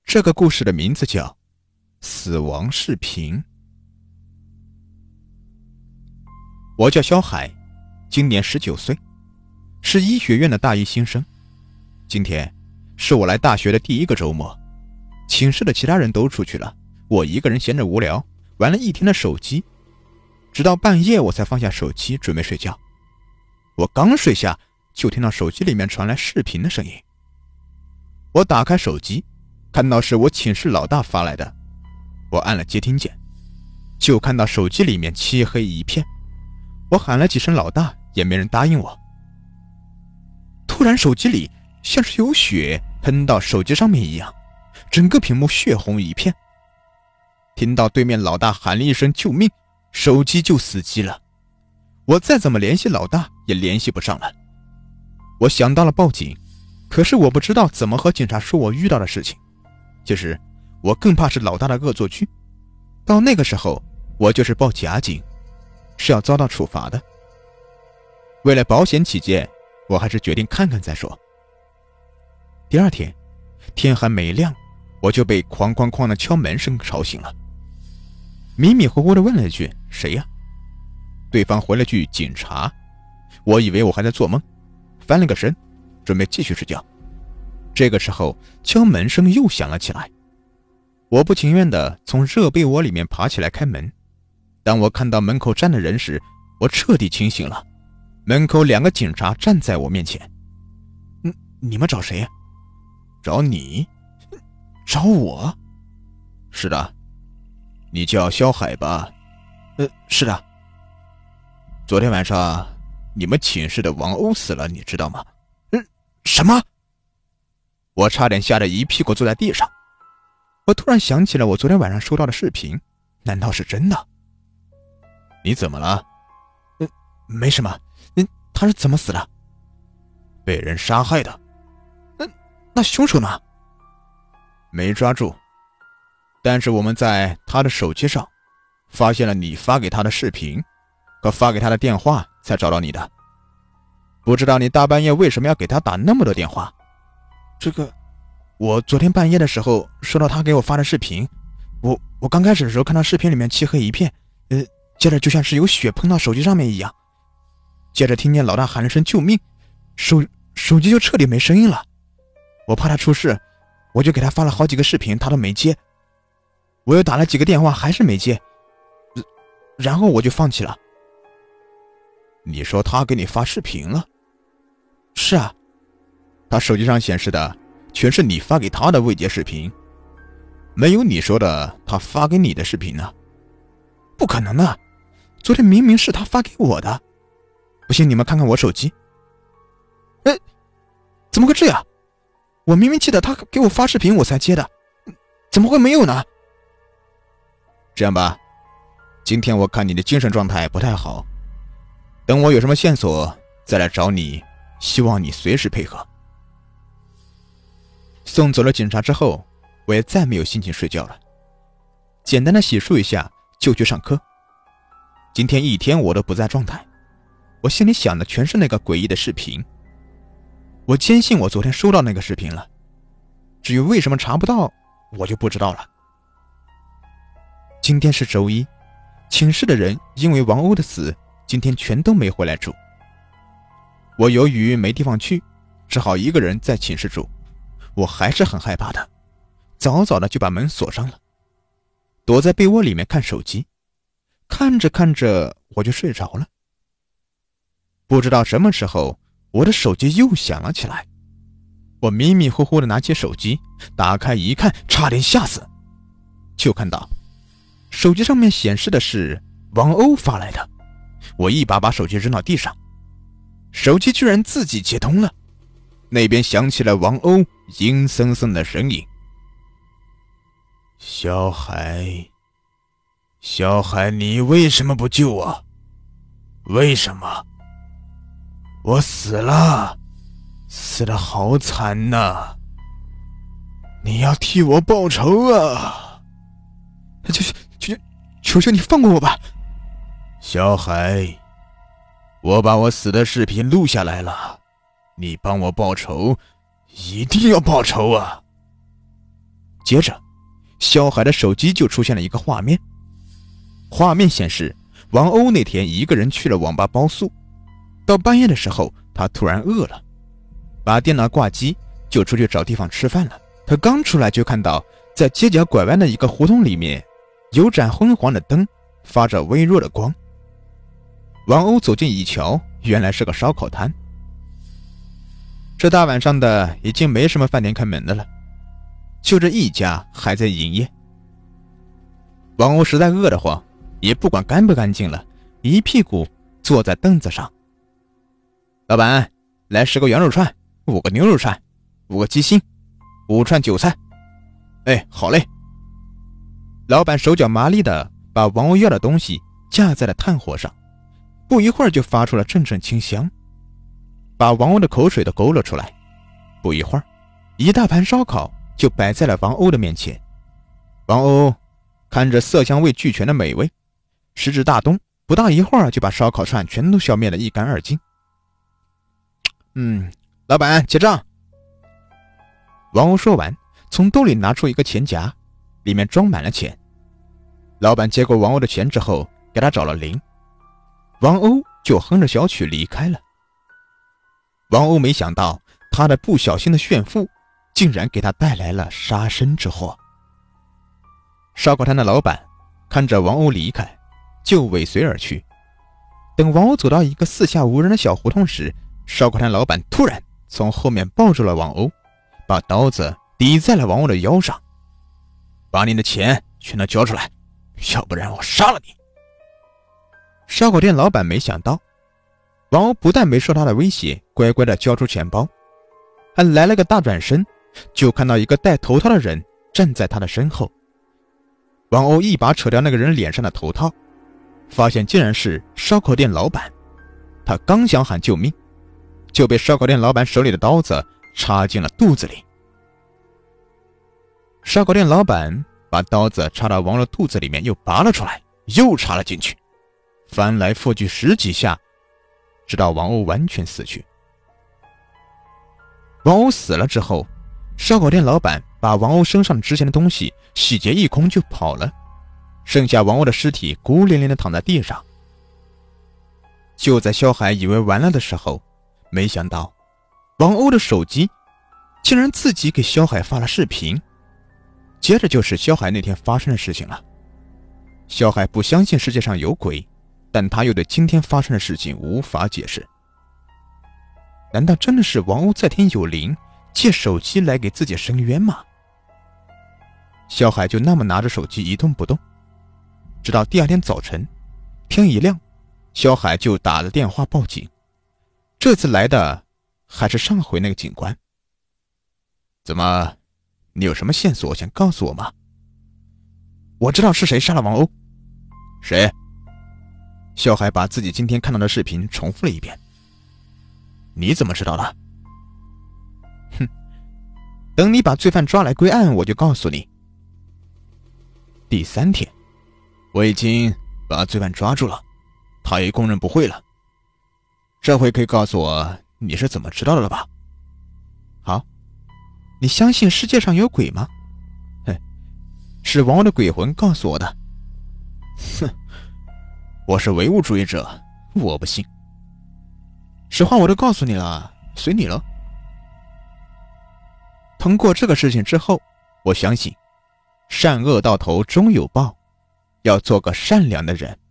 这个故事的名字叫《死亡视频》。我叫肖海，今年19岁，是医学院的大一新生。今天是我来大学的第一个周末，寝室的其他人都出去了，我一个人闲着无聊，玩了一天的手机，直到半夜我才放下手机准备睡觉。我刚睡下，就听到手机里面传来视频的声音。我打开手机，看到是我寝室老大发来的，我按了接听键，就看到手机里面漆黑一片。我喊了几声老大，也没人答应我。突然手机里像是有血喷到手机上面一样，整个屏幕血红一片。听到对面老大喊了一声救命，手机就死机了。我再怎么联系老大也联系不上了。我想到了报警，可是我不知道怎么和警察说我遇到的事情。其实我更怕是老大的恶作剧，到那个时候我就是报假警，是要遭到处罚的。为了保险起见，我还是决定看看再说。第二天天还没亮，我就被哐哐哐的敲门声吵醒了。迷迷糊糊地问了一句谁呀？对方回了句警察。我以为我还在做梦，翻了个身准备继续睡觉。这个时候敲门声又响了起来，我不情愿地从热被窝里面爬起来开门。当我看到门口站的人时，我彻底清醒了。门口2个警察站在我面前。你们找谁呀？找你？找我？是的。你叫肖海吧？是的。昨天晚上你们寝室的王欧死了，你知道吗？什么？我差点吓得一屁股坐在地上。我突然想起了我昨天晚上收到的视频，难道是真的？你怎么了？没什么。他是怎么死的？被人杀害的。那凶手呢？没抓住，但是我们在他的手机上发现了你发给他的视频和发给他的电话，才找到你的。不知道你大半夜为什么要给他打那么多电话？这个我昨天半夜的时候收到他给我发的视频，我刚开始的时候看到视频里面漆黑一片，接着就像是有血喷到手机上面一样，接着听见老大喊了声救命，手机就彻底没声音了。我怕他出事，我就给他发了好几个视频，他都没接。我又打了几个电话，还是没接，然后我就放弃了。你说他给你发视频了？是啊，他手机上显示的全是你发给他的未接视频，没有你说的他发给你的视频呢。不可能啊，昨天明明是他发给我的。不信你们看看我手机。怎么会这样？我明明记得他给我发视频我才接的，怎么会没有呢？这样吧，今天我看你的精神状态不太好，等我有什么线索再来找你，希望你随时配合。送走了警察之后，我也再没有心情睡觉了，简单的洗漱一下就去上课。今天一天我都不在状态，我心里想的全是那个诡异的视频。我坚信我昨天收到那个视频了，至于为什么查不到，我就不知道了。今天是周一，寝室的人因为王欧的死，今天全都没回来住。我由于没地方去，只好一个人在寝室住。我还是很害怕的，早早的就把门锁上了，躲在被窝里面看手机，看着看着我就睡着了。不知道什么时候我的手机又响了起来，我迷迷糊糊的拿起手机打开一看，差点吓死。就看到手机上面显示的是王欧发来的，我一把把手机扔到地上，手机居然自己接通了，那边响起了王欧阴森森的声音：小海，小海，你为什么不救我？为什么？我死了，死得好惨呐！你要替我报仇啊！求求你放过我吧！小海，我把我死的视频录下来了，你帮我报仇，一定要报仇啊！ 接着小海的手机就出现了一个画面，画面显示王鸥那天一个人去了网吧包宿，到半夜的时候他突然饿了，把电脑挂机就出去找地方吃饭了。他刚出来就看到在街角拐弯的一个胡同里面有盏昏黄的灯发着微弱的光。王鸥走近一瞧，原来是个烧烤摊。这大晚上的已经没什么饭店开门的了，就这一家还在营业。王鸥实在饿得慌，也不管干不干净了，一屁股坐在凳子上。老板，来10个羊肉串，5个牛肉串，5个鸡心，5串韭菜。哎，好嘞。老板手脚麻利的把王鸥要的东西架在了炭火上，不一会儿就发出了阵阵清香，把王鸥的口水都勾了出来。不一会儿，一大盘烧烤就摆在了王鸥的面前。王鸥看着色香味俱全的美味，食指大动，不大一会儿就把烧烤串全都消灭得一干二净。老板结账。王鸥说完，从兜里拿出一个钱夹，里面装满了钱。老板接过王鸥的钱之后，给他找了零，王鸥就哼着小曲离开了。王鸥没想到他的不小心的炫富竟然给他带来了杀身之祸。烧烤摊的老板看着王鸥离开，就尾随而去。等王鸥走到一个四下无人的小胡同时，烧烤摊老板突然从后面抱住了王鸥，把刀子抵在了王鸥的腰上。把你的钱全都交出来，要不然我杀了你。烧烤店老板没想到王鸥不但没受他的威胁，乖乖地交出钱包，还来了个大转身，就看到一个戴头套的人站在他的身后。王鸥一把扯掉那个人脸上的头套，发现竟然是烧烤店老板。他刚想喊救命，就被烧烤店老板手里的刀子插进了肚子里。烧烤店老板把刀子插到王鸥的肚子里面，又拔了出来，又插了进去，翻来覆去10几下，直到王鸥完全死去。王鸥死了之后，烧烤店老板把王鸥身上值钱的东西洗劫一空就跑了，剩下王鸥的尸体孤零零地躺在地上。就在肖海以为完了的时候，没想到王鸥的手机竟然自己给肖海发了视频。接着就是肖海那天发生的事情了。肖海不相信世界上有鬼，但他又对今天发生的事情无法解释。难道真的是王鸥在天有灵，借手机来给自己伸冤吗？肖海就那么拿着手机一动不动，直到第二天早晨，天一亮，肖海就打了电话报警。这次来的还是上回那个警官。怎么，你有什么线索想告诉我吗？我知道是谁杀了王鸥。谁？肖海把自己今天看到的视频重复了一遍。你怎么知道的？哼，等你把罪犯抓来归案，我就告诉你。第3天，我已经把罪犯抓住了，他也供认不讳了。这回可以告诉我你是怎么知道的了吧？好，你相信世界上有鬼吗？是王鸥的鬼魂告诉我的。哼，我是唯物主义者，我不信。实话我都告诉你了，随你了。通过这个事情之后，我相信善恶到头终有报，要做个善良的人。